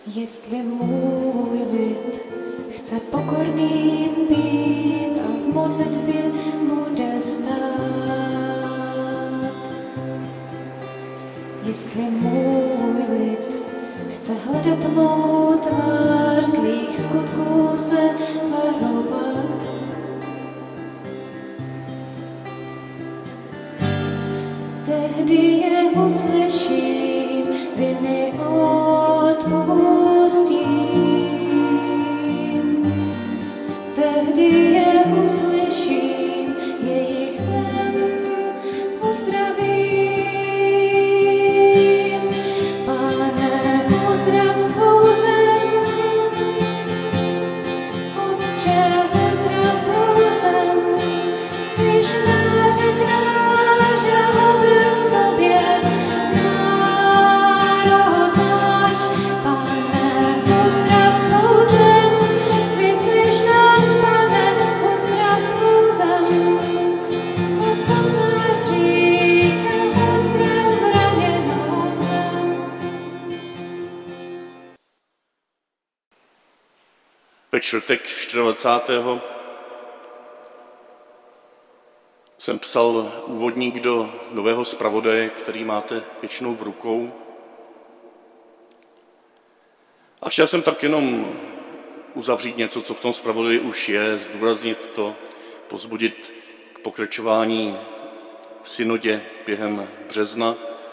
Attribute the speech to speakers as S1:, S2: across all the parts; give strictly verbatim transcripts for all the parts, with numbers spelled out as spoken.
S1: Jestli můj lid chce pokorným být a v modlitbě bude stát, jestli můj lid chce hledat mou tvář, zlých skutků se varovat, tehdy je uslyším, viny odpustím. Tehdy je uslyším, jejich zem uzdravím. Pane, uzdrav svou zem, Otče, uzdrav svou zem, slyš nářek náš a obrať k sobě národ náš. Pane, uzdrav svou zem, vyslyš nás, Pane, uzdrav svou zem, odpusť náš hřích a uzdrav zraněnou zem.
S2: Ve čtvrtek dvacátého čtvrtého jsem psal úvodník do nového zpravodaje, který máte většinou v rukou. A chtěl jsem tak jenom uzavřít něco, co v tom zpravodaji už je, zdůraznit to, povzbudit k pokračování v synodě během března.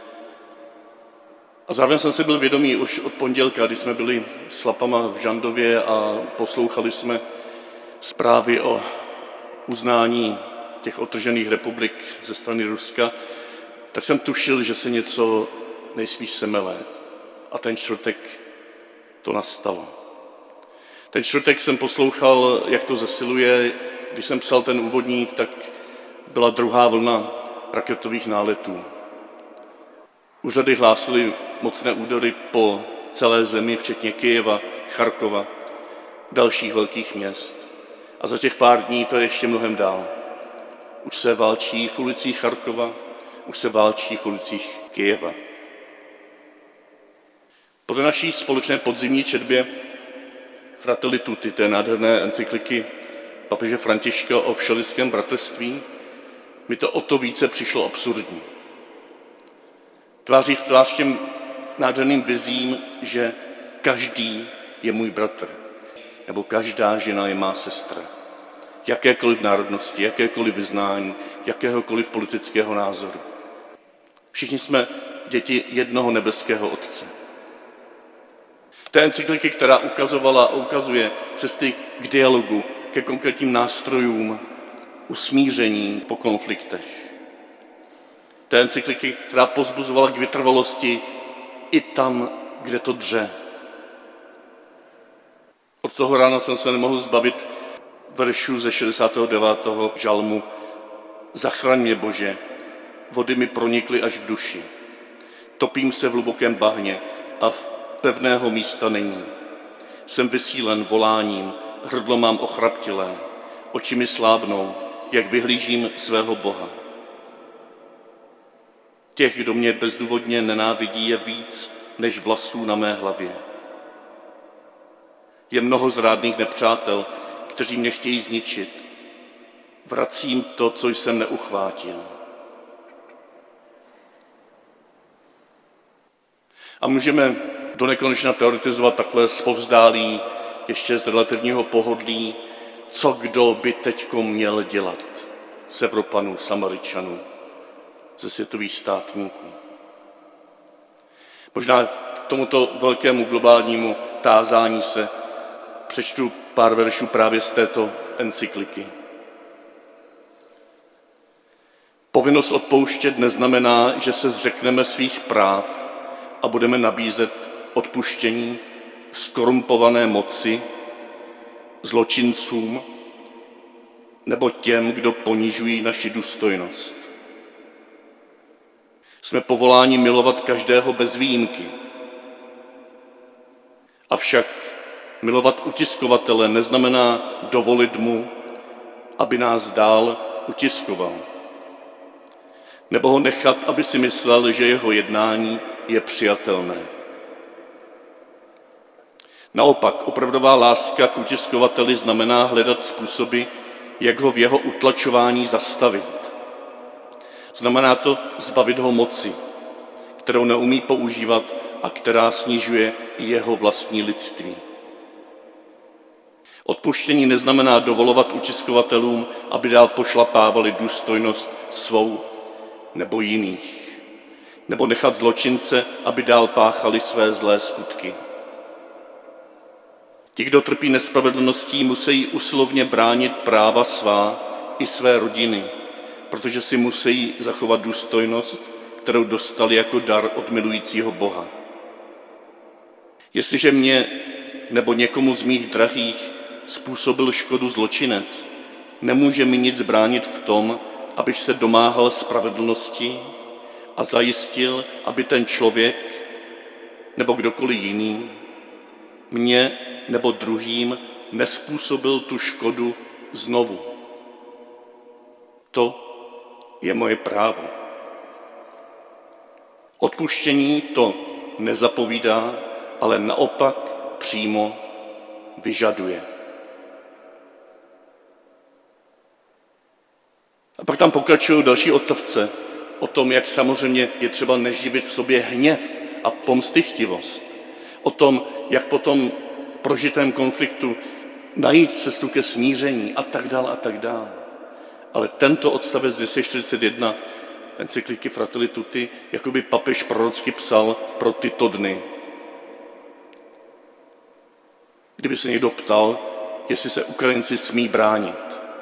S2: A zároveň jsem si byl vědomý už od pondělka, kdy jsme byli s Lapama v Žandově a poslouchali jsme zprávy o uznání těch odtržených republik ze strany Ruska, tak jsem tušil, že se něco nejspíš semele. A ten čtvrtek to nastalo. Ten čtvrtek jsem poslouchal, jak to zesiluje. Když jsem psal ten úvodník, tak byla druhá vlna raketových náletů. Úřady hlásily mocné údery po celé zemi, včetně Kyjeva, Charkova, dalších velkých měst. A za těch pár dní to je ještě mnohem dál. Už se válčí v ulicích Charkova, už se válčí v ulicích Kyjeva. Podle naší společné podzimní četbě Fratelli Tutti, té nádherné encykliky papeže Františka o všelidském bratrství, mi to o to více přišlo absurdní. Tváří v tvář těm nádherným vizím, že každý je můj bratr, nebo každá žena je má sestra. Jakékoliv národnosti, jakékoliv vyznání, jakéhokoliv politického názoru. Všichni jsme děti jednoho nebeského Otce. Té encykliky, která ukazovala a ukazuje cesty k dialogu, ke konkrétním nástrojům usmíření po konfliktech. Té encykliky, která povzbuzovala k vytrvalosti i tam, kde to dře. Od toho rána jsem se nemohl zbavit veršů ze šedesátého devátého žalmu. Zachraň mě, Bože, vody mi pronikly až k duši. Topím se v hlubokém bahně a v pevného místa není. Jsem vysílen voláním, hrdlo mám ochraptilé, oči mi slábnou, jak vyhlížím svého Boha. Těch, kdo mě bezdůvodně nenávidí, je víc než vlasů na mé hlavě. Je mnoho zrádných nepřátel, kteří mě chtějí zničit. Vracím to, co jsem neuchvátil. A můžeme do nekonečna teoretizovat takhle zpovzdálí, ještě z relativního pohodlí, co kdo by teďko měl dělat z Evropanů, Samaričanů, ze světových státníků. Možná k tomuto velkému globálnímu tázání se přečtu pár veršů právě z této encykliky. Povinnost odpouštět neznamená, že se zřekneme svých práv a budeme nabízet odpuštění skorumpované moci, zločincům nebo těm, kdo ponižují naši důstojnost. Jsme povoláni milovat každého bez výjimky. Avšak milovat utiskovatele neznamená dovolit mu, aby nás dál utiskoval. Nebo ho nechat, aby si myslel, že jeho jednání je přijatelné. Naopak, opravdová láska k utiskovateli znamená hledat způsoby, jak ho v jeho utlačování zastavit. Znamená to zbavit ho moci, kterou neumí používat a která snižuje i jeho vlastní lidství. Odpuštění neznamená dovolovat utiskovatelům, aby dál pošlapávali důstojnost svou nebo jiných, nebo nechat zločince, aby dál páchali své zlé skutky. Ti, kdo trpí nespravedlností, musí usilovně bránit práva svá i své rodiny, protože si musí zachovat důstojnost, kterou dostali jako dar od milujícího Boha. Jestliže mě nebo někomu z mých drahých způsobil škodu zločinec, nemůže mi nic bránit v tom, abych se domáhal spravedlnosti a zajistil, aby ten člověk nebo kdokoliv jiný mě nebo druhým nezpůsobil tu škodu znovu. To je moje právo. Odpuštění to nezapovídá, ale naopak přímo vyžaduje. A pak tam pokračují další odstavce o tom, jak samozřejmě je třeba neživit v sobě hněv a pomstychtivost. O tom, jak po tom prožitém konfliktu najít cestu ke smíření a tak dál a tak dál. Ale tento odstavec dvě stě čtyřicet jedna encykliky Fratelli Tutti jakoby papež prorocky psal pro tyto dny. Kdyby se někdo ptal, jestli se Ukrajinci smí bránit.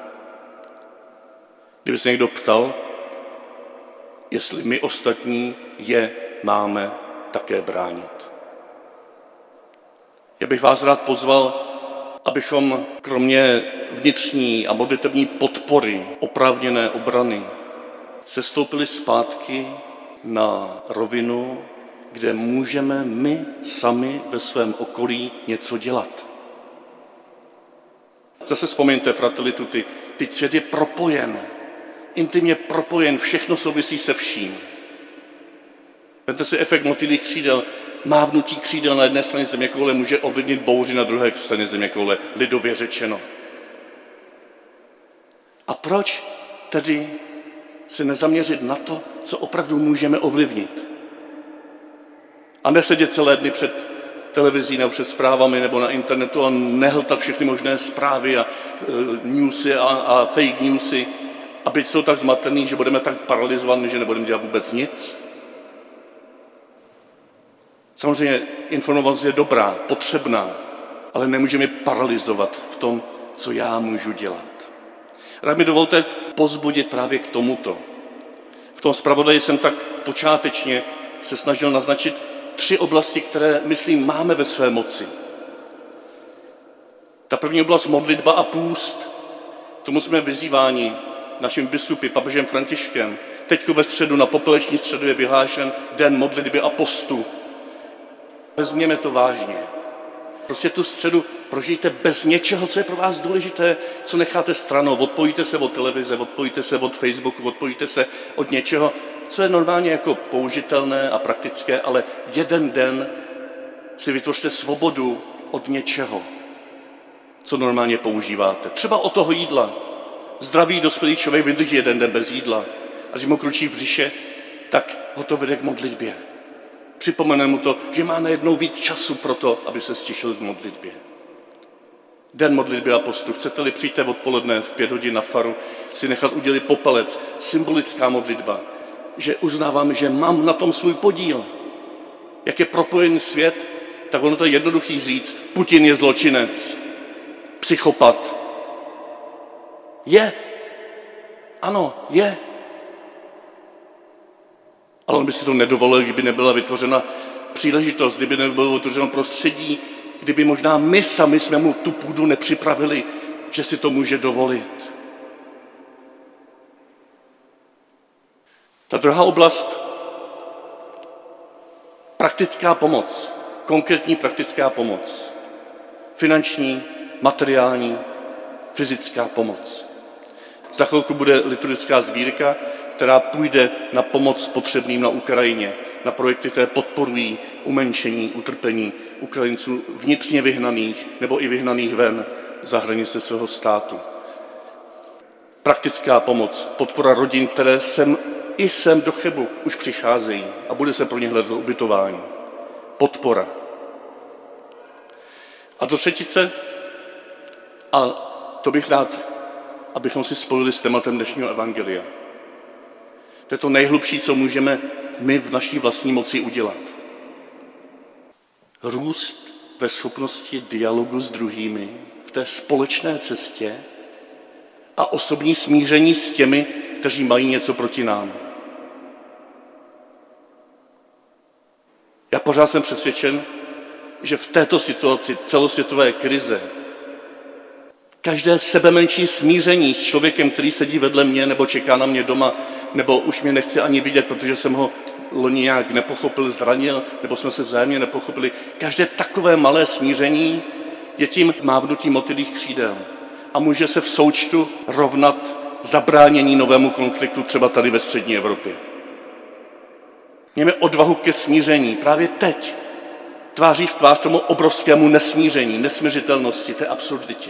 S2: Kdyby se někdo ptal, jestli my ostatní je máme také bránit. Já bych vás rád pozval, abychom kromě vnitřní a modlitevní podpory oprávněné obrany sestoupili zpátky na rovinu, kde můžeme my sami ve svém okolí něco dělat. Zase vzpomeňte, Fratelli Tutti, teď svět je propojen, intimně propojen, všechno souvisí se vším. Vemte si efekt motýlích křídel. Mávnutí křídel na jedné straně zeměkoule může ovlivnit bouři na druhé straně zeměkoule, lidově řečeno. A proč tedy se nezaměřit na to, co opravdu můžeme ovlivnit? A nesedět celé dny před televizí nebo před zprávami nebo na internetu a nehltat všechny možné zprávy a uh, newsy a, a fake newsy a být z toho tak zmatený, že budeme tak paralizovaní, že nebudeme dělat vůbec nic. Samozřejmě informovanost je dobrá, potřebná, ale nemůžeme paralyzovat v tom, co já můžu dělat. Rád mi dovolte povzbudit právě k tomuto. V tom zpravodaji jsem tak počátečně se snažil naznačit tři oblasti, které, myslím, máme ve své moci. Ta první oblast modlitba a půst. Tomu jsme vyzýváni naším biskupy, papežem Františkem. Teďko ve středu na popeleční středu je vyhlášen den modlitby a postu. Vezměme to vážně. Prostě tu středu prožijte bez něčeho, co je pro vás důležité, co necháte stranou. Odpojíte se od televize, odpojíte se od Facebooku, odpojíte se od něčeho, co je normálně jako použitelné a praktické, ale jeden den si vytvořte svobodu od něčeho, co normálně používáte. Třeba od toho jídla. Zdravý dospělý člověk vydrží jeden den bez jídla. A když mu kručí v břiše, tak ho to vede k modlitbě. Připomene mu to, že má najednou víc času pro to, aby se stišil k modlitbě. Den modlitby a postu. Chcete-li přijďte odpoledne v pět hodin na faru, si nechat udělit popelec, symbolická modlitba, že uznávám, že mám na tom svůj podíl. Jak je propojený svět, tak ono to je jednoduchý říct, Putin je zločinec, psychopat. Je. Ano, je. Ale on by si to nedovolil, kdyby nebyla vytvořena příležitost, kdyby nebylo vytvořeno prostředí, kdyby možná my sami jsme mu tu půdu nepřipravili, že si to může dovolit. Ta druhá oblast, praktická pomoc, konkrétní praktická pomoc, finanční, materiální, fyzická pomoc. Za chvilku bude liturgická sbírka, která půjde na pomoc potřebným na Ukrajině. na projekty, které podporují umenšení, utrpení Ukrajinců vnitřně vyhnaných nebo i vyhnaných ven za hranice svého státu. Praktická pomoc, podpora rodin, které sem i sem do Chebu už přicházejí a bude se pro ně hledat ubytování. Podpora. A do třetice, a to bych rád, abychom si spojili s tématem dnešního evangelia. To je to nejhlubší, co můžeme my v naší vlastní moci udělat. Růst ve schopnosti dialogu s druhými v té společné cestě a osobní smíření s těmi, kteří mají něco proti nám. Já pořád jsem přesvědčen, že v této situaci celosvětové krize každé sebemenší smíření s člověkem, který sedí vedle mě nebo čeká na mě doma, nebo už mě nechce ani vidět, protože jsem ho loni nějak nepochopil, zranil, nebo jsme se vzájemně nepochopili. Každé takové malé smíření je tím mávnutím motylích křídel a může se v součtu rovnat zabránění novému konfliktu třeba tady ve střední Evropě. Mějme odvahu ke smíření právě teď, tváří v tvář tomu obrovskému nesmíření, nesmířitelnosti, té absurditě.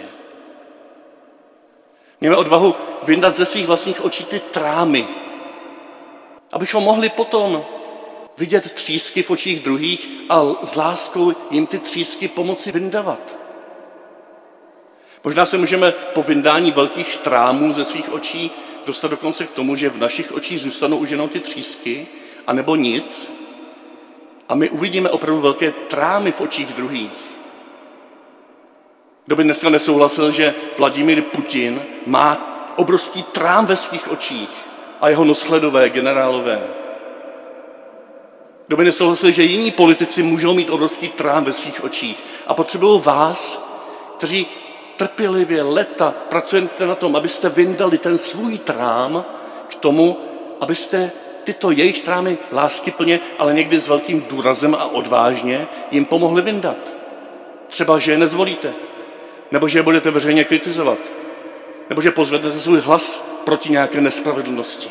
S2: Mějme odvahu vyndat ze svých vlastních očí ty trámy, abychom mohli potom vidět třísky v očích druhých a s láskou jim ty třísky pomoci vyndavat. Možná se můžeme po vyndání velkých trámů ze svých očí dostat dokonce k tomu, že v našich očích zůstanou už jenom ty třísky, anebo nic, a my uvidíme opravdu velké trámy v očích druhých. Kdo by dneska nesouhlasil, že Vladimír Putin má obrovský trám ve svých očích a jeho noshledové, generálové. Kdo by nesouhlasil, že jiní politici můžou mít obrovský trám ve svých očích a potřebují vás, kteří trpělivě leta pracujete na tom, abyste vyndali ten svůj trám k tomu, abyste tyto jejich trámy láskyplně, ale někdy s velkým důrazem a odvážně jim pomohli vyndat. Třeba, že je nezvolíte, nebo že je budete veřejně kritizovat, nebo že pozvednete svůj hlas proti nějaké nespravedlnosti.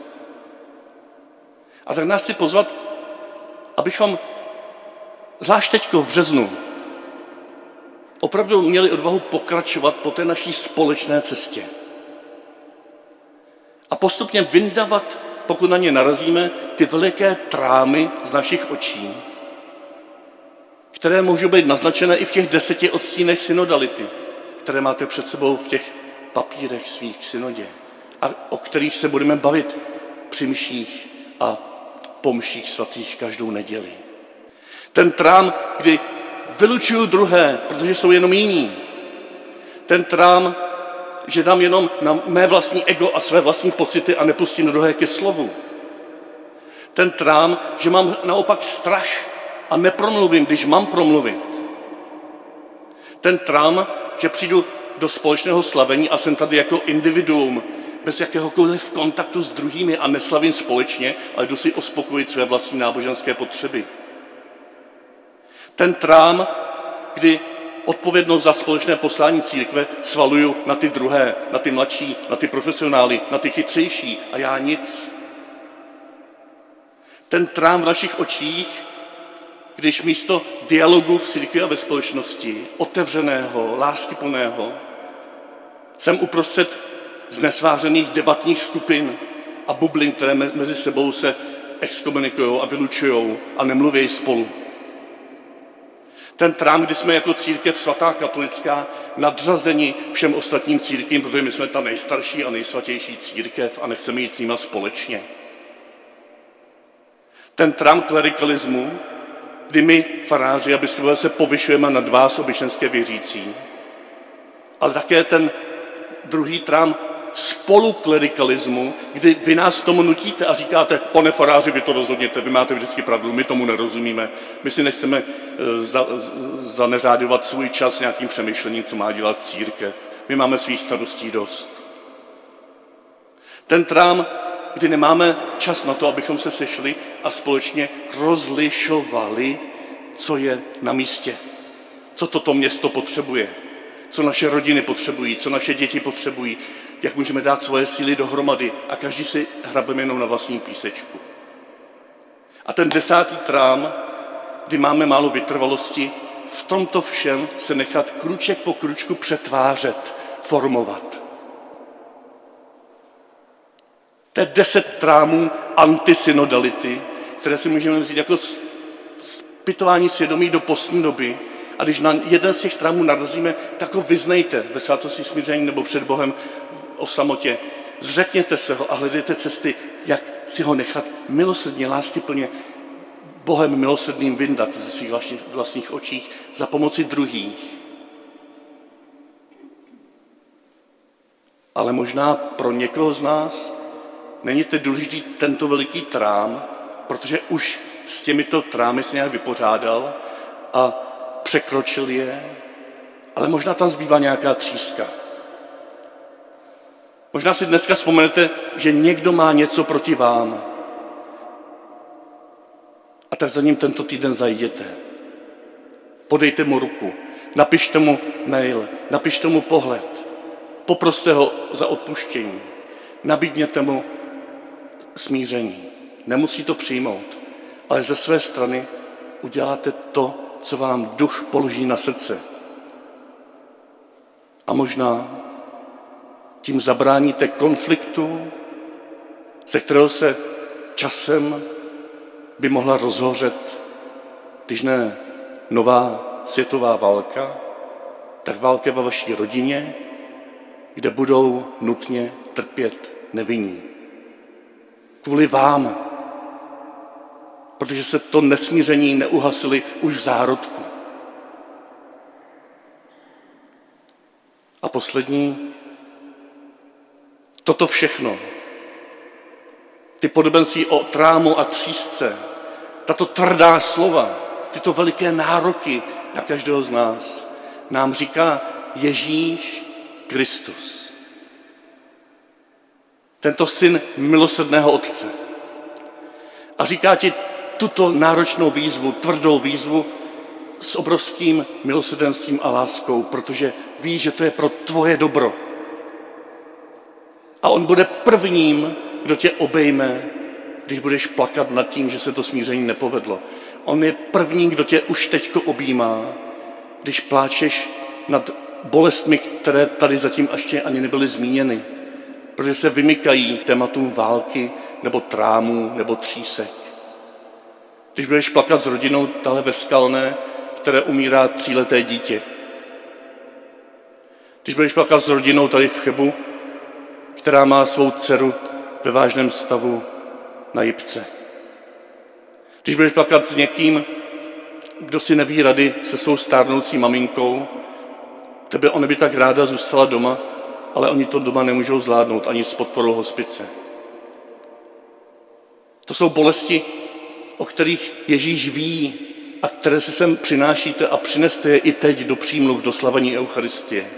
S2: A tak nás chci pozvat, abychom zvlášť teďko v březnu opravdu měli odvahu pokračovat po té naší společné cestě. A postupně vyndavat, pokud na ně narazíme, ty veliké trámy z našich očí, které můžou být naznačené i v těch deseti odstínech synodality, které máte před sebou v těch papírech svých k synodě a o kterých se budeme bavit při mších a po mších svatých každou neděli. Ten trám, kdy vylučuju druhé, protože jsou jenom jiní. Ten trám, že dám jenom na mé vlastní ego a své vlastní pocity a nepustím druhé ke slovu. Ten trám, že mám naopak strach a nepromluvím, když mám promluvit. Ten trám, že přijdu do společného slavení a jsem tady jako individuum, bez jakéhokoliv kontaktu s druhými a neslavím společně, ale jdu si uspokojit své vlastní náboženské potřeby. Ten trám, kdy odpovědnost za společné poslání církve svaluju na ty druhé, na ty mladší, na ty profesionály, na ty chytřejší a já nic. Ten trám v našich očích, když místo dialogu v církvi a ve společnosti, otevřeného, láskyplného, jsem uprostřed znesvářených debatních skupin a bublin, které mezi sebou se exkomunikují a vylučují a nemluví spolu. Ten trám, kdy jsme jako církev svatá katolická nadřazeni všem ostatním církvím, protože my jsme ta nejstarší a nejsvatější církev a nechceme jít s nima společně. Ten trám klerikalismu, kdy my, faráři a biskupové, se povyšujeme nad vás, obyčenské věřící, ale také ten druhý trám spoluklerikalismu, kdy vy nás tomu nutíte a říkáte, pane faráři, vy to rozhodněte, vy máte vždycky pravdu, my tomu nerozumíme, my si nechceme za, zaneřádovat svůj čas nějakým přemýšlením, co má dělat církev. My máme svých starostí dost. Ten trám, kdy nemáme čas na to, abychom se sešli a společně rozlišovali, co je na místě, co toto město potřebuje, co naše rodiny potřebují, co naše děti potřebují, jak můžeme dát svoje síly dohromady a každý si hrabeme jenom na vlastní písečku. A ten desátý trám, kdy máme málo vytrvalosti, v tomto všem se nechat kruček po kručku přetvářet, formovat. To je deset trámů antisynodality, které si můžeme vzít jako zpytování svědomí do postní doby. A když na jeden z těch trámů narazíme, tak ho vyznejte ve svátosti smíření nebo před Bohem o samotě. Zřekněte se ho a hledejte cesty, jak si ho nechat milosrdně, láskyplně Bohem milosrdným vyndat ze svých vlastních, vlastních očích za pomoci druhých. Ale možná pro někoho z nás není to důležitý tento veliký trám, protože už s těmito trámy se nějak vypořádal a překročil je, ale možná tam zbývá nějaká tříska. Možná si dneska vzpomenete, že někdo má něco proti vám. A tak za ním tento týden zajděte. Podejte mu ruku, napište mu mail, napište mu pohled, poproste ho za odpuštění, nabídněte mu smíření. Nemusí to přijmout, ale ze své strany uděláte to, co vám duch položí na srdce. A možná tím zabráníte konfliktu, ze kterého se časem by mohla rozhořet, když ne nová světová válka, tak válka ve vaší rodině, kde budou nutně trpět nevinní. Kvůli vám, protože se to nesmíření neuhasili už v zárodku. A poslední, toto všechno, ty podobenství o trámu a třísce, tato tvrdá slova, tyto veliké nároky na každého z nás, nám říká Ježíš Kristus. Tento syn milosrdného Otce. A říká ti tuto náročnou výzvu, tvrdou výzvu s obrovským milosrdenstvím a láskou, protože ví, že to je pro tvoje dobro. A on bude prvním, kdo tě obejme, když budeš plakat nad tím, že se to smíření nepovedlo. On je první, kdo tě už teďko objímá, když pláčeš nad bolestmi, které tady zatím ještě ani nebyly zmíněny, protože se vymykají tématům války, nebo trámů, nebo třísek. Když budeš plakat s rodinou tahle ve Skalné, které umírá tříleté dítě. Když budeš plakat s rodinou tady v Chebu, která má svou dceru ve vážném stavu na jipce. Když budeš plakat s někým, kdo si neví rady se svou stárnoucí maminkou, tebe ona by tak ráda zůstala doma, ale oni to doma nemůžou zvládnout ani s podporou hospice. To jsou bolesti, o kterých Ježíš ví a které si sem přinášíte a přineste je i teď do přímluv, do slavení Eucharistie.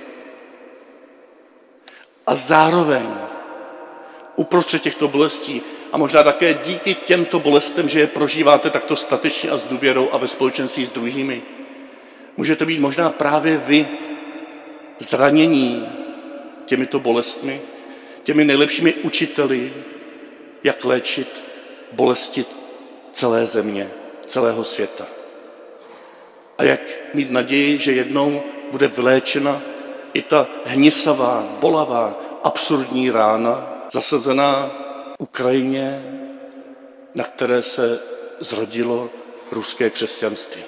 S2: A zároveň uprostřed těchto bolestí a možná také díky těmto bolestem, že je prožíváte takto statečně a s důvěrou a ve společenství s druhými, můžete být možná právě vy zranění těmito bolestmi, těmi nejlepšími učiteli, jak léčit bolesti celé země, celého světa. A jak mít naději, že jednou bude vyléčena i ta hnisavá, bolavá, absurdní rána, zasazená Ukrajině, na které se zrodilo ruské křesťanství.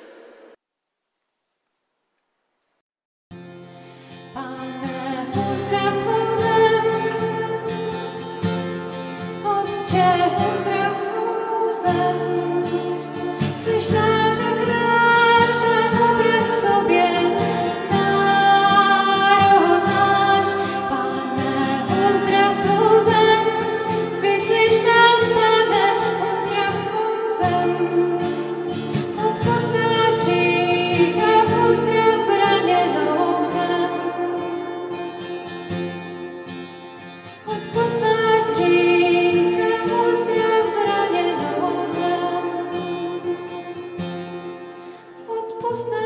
S1: Pane, pozdrav svou zem, Otče, pozdrav svou zem, slyš nářek náše, obrať k sobě, národ náš. Pane, pozdrav svou zem, vyslyš nás, Pane, pozdrav svou zem, odpusť náš hřích a pozdrav zraněnou zem. Odpusť náš hřích a pozdrav zraněnou zem. Odpusť